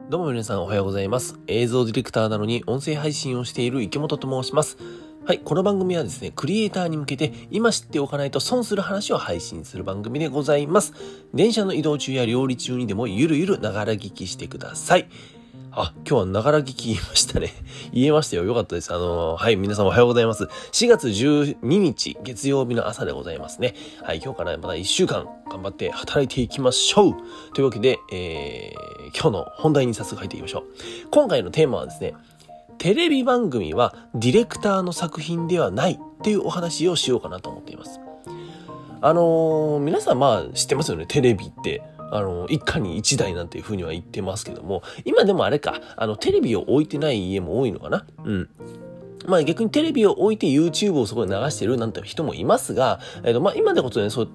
どうも皆さんおはようございます。映像ディレクターなのに音声配信をしている池本と申します。はい、この番組はですね、クリエイターに向けて今知っておかないと損する話を配信する番組でございます。電車の移動中や料理中にでもゆるゆるながら聞きしてください。今日はながら聞き言いましたね。言えましたよ。よかったです。はい、皆さんおはようございます。4月12日月曜日の朝でございますね。はい、今日からまた1週間頑張って働いていきましょう。というわけで、今日の本題に早速入っていきましょう。今回のテーマはですね、テレビ番組はディレクターの作品ではないっていうお話をしようかなと思っています。皆さん知ってますよね。テレビって。一家に一台なんていう風には言ってますけども、今でもあれか、テレビを置いてない家も多いのかな。逆にテレビを置いて YouTube をそこで流してるなんて人もいますが、今でこそね、そうやって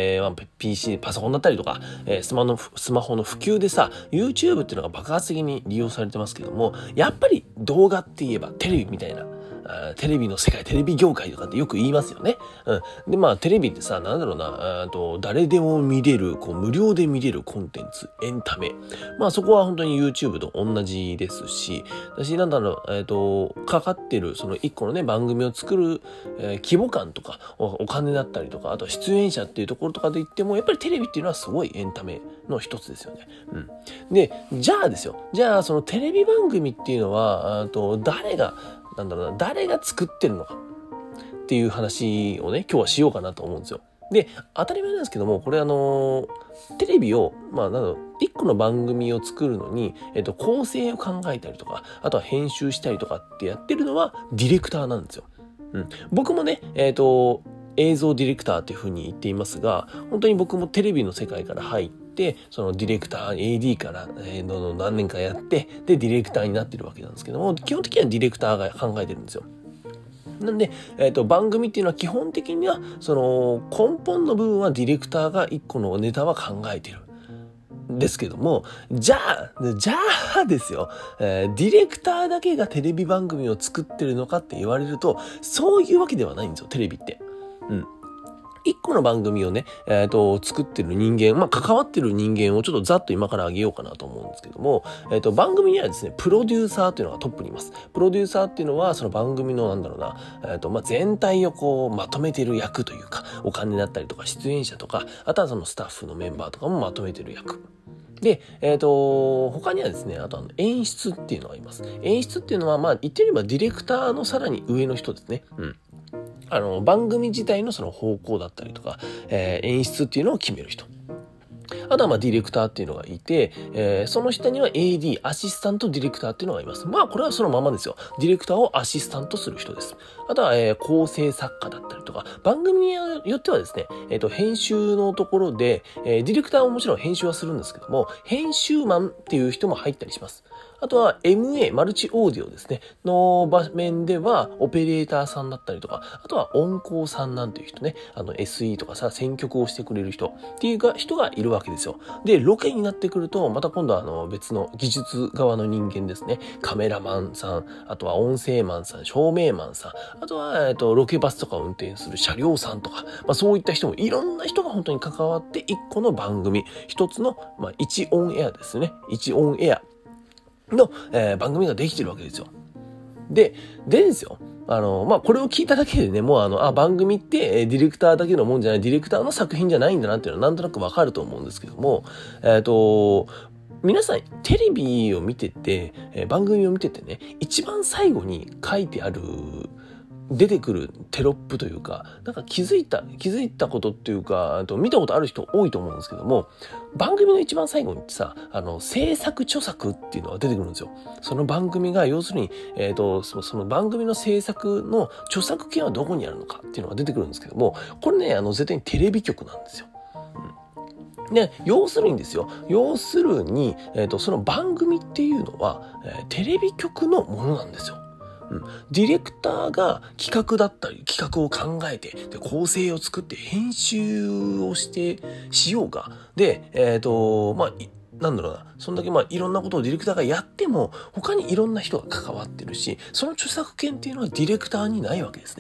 、PC、パソコンだったりとか、スマホの普及でさ、YouTube っていうのが爆発的に利用されてますけども、やっぱり動画って言えばテレビみたいな、テレビの世界、テレビ業界とかってよく言いますよね。で、テレビってさ、誰でも見れる、無料で見れるコンテンツ、エンタメ。そこは本当に YouTube と同じですし、かかってる、その一個のね、番組を作る、規模感とか、お金だったりとか、あとは出演者っていうところとかで言っても、やっぱりテレビっていうのはすごいエンタメの一つですよね。で、じゃあそのテレビ番組っていうのは、誰が作ってるのかっていう話をね、今日はしようかなと思うんですよ。で、当たり前なんですけども、これテレビを、一個の番組を作るのに、構成を考えたりとか、あとは編集したりとかってやってるのはディレクターなんですよ。僕もね、映像ディレクターっていう風に言っていますが、本当に僕もテレビの世界から入って、そのディレクター、AD から、何年かやって、で、ディレクターになってるわけなんですけども、基本的にはディレクターが考えてるんですよ。なんで、番組っていうのは基本的には、その根本の部分はディレクターが一個のネタは考えてる。ですけども、じゃあですよ、ディレクターだけがテレビ番組を作ってるのかって言われると、そういうわけではないんですよ、テレビって。一個の番組をね、作ってる人間、関わってる人間をちょっとざっと今から挙げようかなと思うんですけども、番組にはですね、プロデューサーっていうのがトップにいます。プロデューサーっていうのは、その番組の全体をまとめてる役というか、お金だったりとか、出演者とか、あとはそのスタッフのメンバーとかもまとめてる役。で、他にはですね、あと演出っていうのがいます。演出っていうのは、言ってみればディレクターのさらに上の人ですね。番組自体のその方向だったりとか、演出っていうのを決める人。あとはディレクターっていうのがいて、その下には AD、アシスタントディレクターっていうのがいます。これはそのままですよ。ディレクターをアシスタントする人です。あとは、構成作家だったりとか、番組によってはですね、編集のところで、ディレクターももちろん編集はするんですけども、編集マンっていう人も入ったりします。あとは MA、マルチオーディオですね、の場面ではオペレーターさんだったりとか、あとは音効さんなんていう人ね、SE とかさ、選曲をしてくれる人っていう人がいるわけですよ。で、ロケになってくると、また今度は別の技術側の人間ですね、カメラマンさん、あとは音声マンさん、照明マンさん、あとは、ロケバスとかを運転する車両さんとか、そういった人もいろんな人が本当に関わって一個の番組、一つの、一オンエアですね。一オンエアの、番組ができてるわけですよ。でですよ。これを聞いただけでね、もう番組って、ディレクターだけのもんじゃない、ディレクターの作品じゃないんだなっていうのはなんとなくわかると思うんですけども、皆さんテレビを見てて、番組を見ててね、一番最後に書いてある出てくるテロップというか、気づいたことっていうか、見たことある人多いと思うんですけども、番組の一番最後にさ、制作著作っていうのが出てくるんですよ。その番組が要するに、その番組の制作の著作権はどこにあるのかっていうのが出てくるんですけども、これね、絶対にテレビ局なんですよ。で、要するに、その番組っていうのは、テレビ局のものなんですよ。ディレクターが企画を考えて、で、構成を作って編集をしようが。で、そんだけいろんなことをディレクターがやっても、他にいろんな人が関わってるし、その著作権っていうのはディレクターにないわけですね。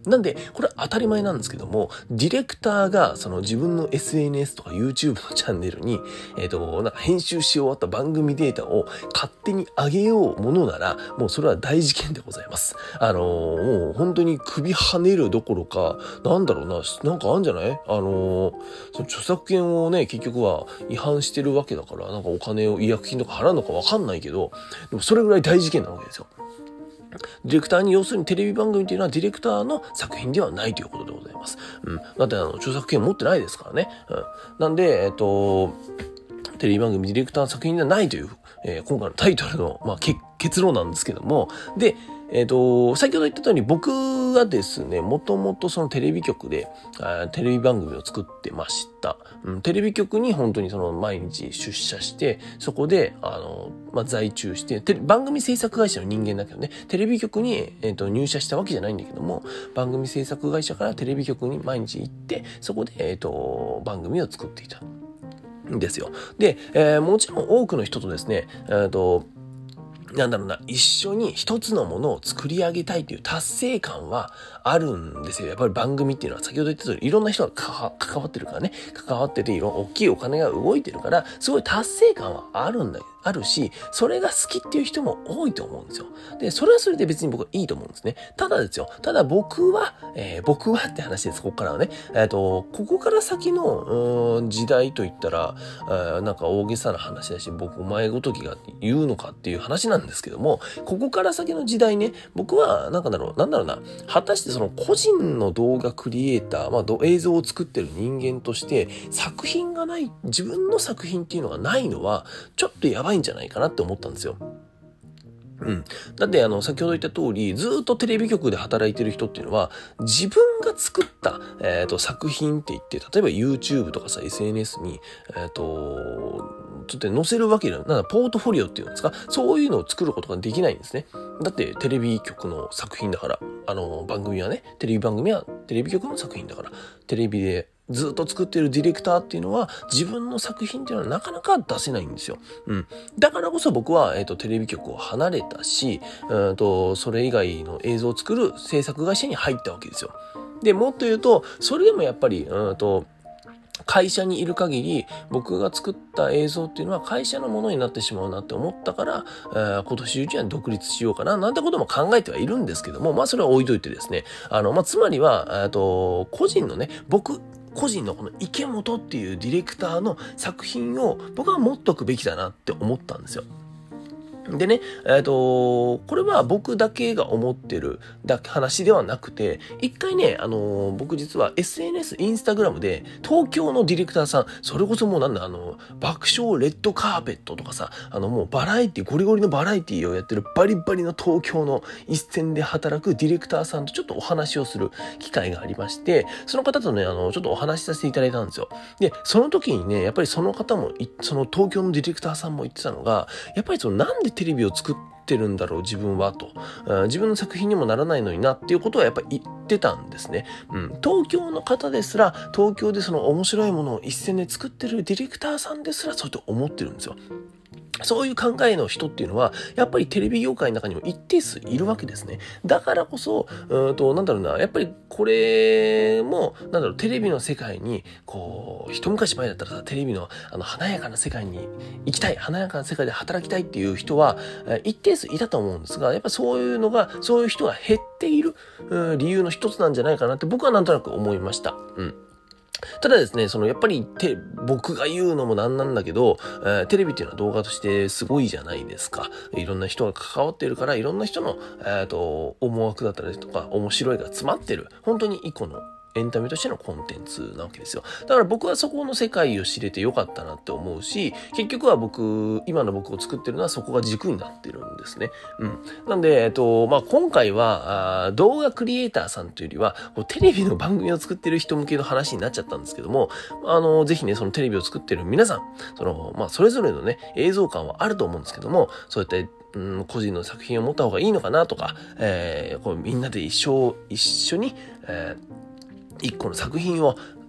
なんで、これは当たり前なんですけども、ディレクターがその自分の SNS とか YouTube のチャンネルに、なんか編集し終わった番組データを勝手に上げようものなら、もうそれは大事件でございます。もう本当に首跳ねるどころか、なんだろうな、なんかあるんじゃない？その著作権をね、結局は違反してるわけだから、なんかお金を違約金とか払うのかわかんないけど、でもそれぐらい大事件なわけですよ。ディレクターに、要するにテレビ番組っていうのはディレクターの作品ではないということでございます。だって著作権持ってないですからね。なんで、テレビ番組ディレクターの作品ではないという、今回のタイトルの、結論なんですけども、で、先ほど言った通り僕はですね、もともとそのテレビ局でテレビ番組を作ってました。テレビ局に本当にその毎日出社して、そこで在中して、番組制作会社の人間だけどね、テレビ局に、入社したわけじゃないんだけども、番組制作会社からテレビ局に毎日行って、そこで、番組を作っていたんですよ。で、もちろん多くの人とですね、なんだろうな、一緒に一つのものを作り上げたいという達成感はあるんですよ。やっぱり番組っていうのは先ほど言った通りいろんな人が関わってるからね、関わってて大きいお金が動いてるから、すごい達成感はあるし、それが好きっていう人も多いと思うんですよ。で、それはそれで別に僕はいいと思うんですね。ただ僕はって話です、ここからはね。ここから先の時代といったら、なんか大げさな話だし、お前ごときが言うのかっていう話なんですけども、ここから先の時代ね、僕はなんだろうな、果たしてその個人の動画クリエイター、映像を作ってる人間として作品がない、自分の作品っていうのがないのはちょっとやばいんじゃないかなって思ったんですよ。だって先ほど言った通り、ずっとテレビ局で働いてる人っていうのは、自分が作った、作品って言って、例えば YouTube とかさ、SNS に、ちょっと載せるわけじゃない。ポートフォリオっていうんですか、そういうのを作ることができないんですね。だってテレビ局の作品だから、番組はね、テレビ番組はテレビ局の作品だから、テレビでずっと作ってるディレクターっていうのは自分の作品っていうのはなかなか出せないんですよ。だからこそ僕は、テレビ局を離れたし、それ以外の映像を作る制作会社に入ったわけですよ。で、もっと言うと、それでもやっぱり、会社にいる限り僕が作った映像っていうのは会社のものになってしまうなって思ったから、今年中には独立しようかななんてことも考えてはいるんですけども、それは置いといてですね、つまりは個人のね、僕個人のこの池本っていうディレクターの作品を僕は持っとくべきだなって思ったんですよ。でね、これは僕だけが思ってる話ではなくて、一回ね、僕実は SNS、インスタグラムで東京のディレクターさん、それこそもう爆笑レッドカーペットとかさ、もうバラエティ、ゴリゴリのバラエティをやってるバリバリの東京の一線で働くディレクターさんとちょっとお話をする機会がありまして、その方とね、ちょっとお話しさせていただいたんですよ。で、その時にね、やっぱりその方も、その東京のディレクターさんも言ってたのが、やっぱりなんでテレビを作ってるんだろう自分はと、自分の作品にもならないのになっていうことはやっぱり言ってたんですね。東京の方ですら、東京でその面白いものを一線で作ってるディレクターさんですらそうやって思ってるんですよ。そういう考えの人っていうのはやっぱりテレビ業界の中にも一定数いるわけですね。だからこそやっぱりこれもテレビの世界に一昔前だったらさ、テレビの華やかな世界に行きたい、華やかな世界で働きたいっていう人は一定数いたと思うんですが、やっぱそういう人が減っている理由の一つなんじゃないかなって僕はなんとなく思いました。ただですね、やっぱり僕が言うのもなんなんだけど、テレビっていうのは動画としてすごいじゃないですか。いろんな人が関わっているから、いろんな人の、思惑だったりとか、面白いが詰まってる。本当に一個のエンタメとしてのコンテンツなわけですよ。だから僕はそこの世界を知れてよかったなって思うし、結局は今の僕を作ってるのはそこが軸になってるんですね。なんで、今回は動画クリエイターさんというよりは、テレビの番組を作ってる人向けの話になっちゃったんですけども、ぜひね、そのテレビを作ってる皆さん、それぞれのね、映像感はあると思うんですけども、そういった個人の作品を持った方がいいのかなとか、みんなで一緒に、一個の作品を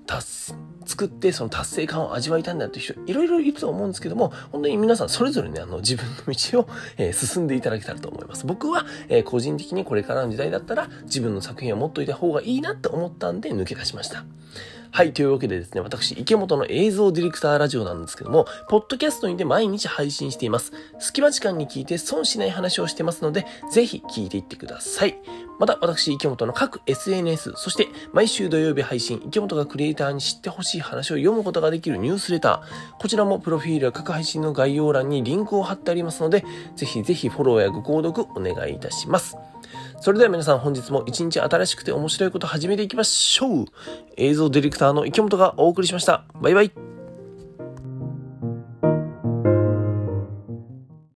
作ってその達成感を味わいたいんだという人いろいろいると思うんですけども、本当に皆さんそれぞれね自分の道を、進んでいただけたらと思います。僕は、個人的にこれからの時代だったら自分の作品を持っといた方がいいなって思ったんで抜け出しました。はい、というわけでですね、私、池本の映像ディレクターラジオなんですけども、ポッドキャストにて毎日配信しています。隙間時間に聞いて損しない話をしてますので、ぜひ聞いていってください。また、私、池本の各 SNS、そして毎週土曜日配信、池本がクリエイターに知ってほしい話を読むことができるニュースレター、こちらもプロフィールや各配信の概要欄にリンクを貼ってありますので、ぜひぜひフォローやご購読お願いいたします。それでは皆さん本日も一日新しくて面白いことを始めていきましょう。映像ディレクターの池本がお送りしました。バイバイ。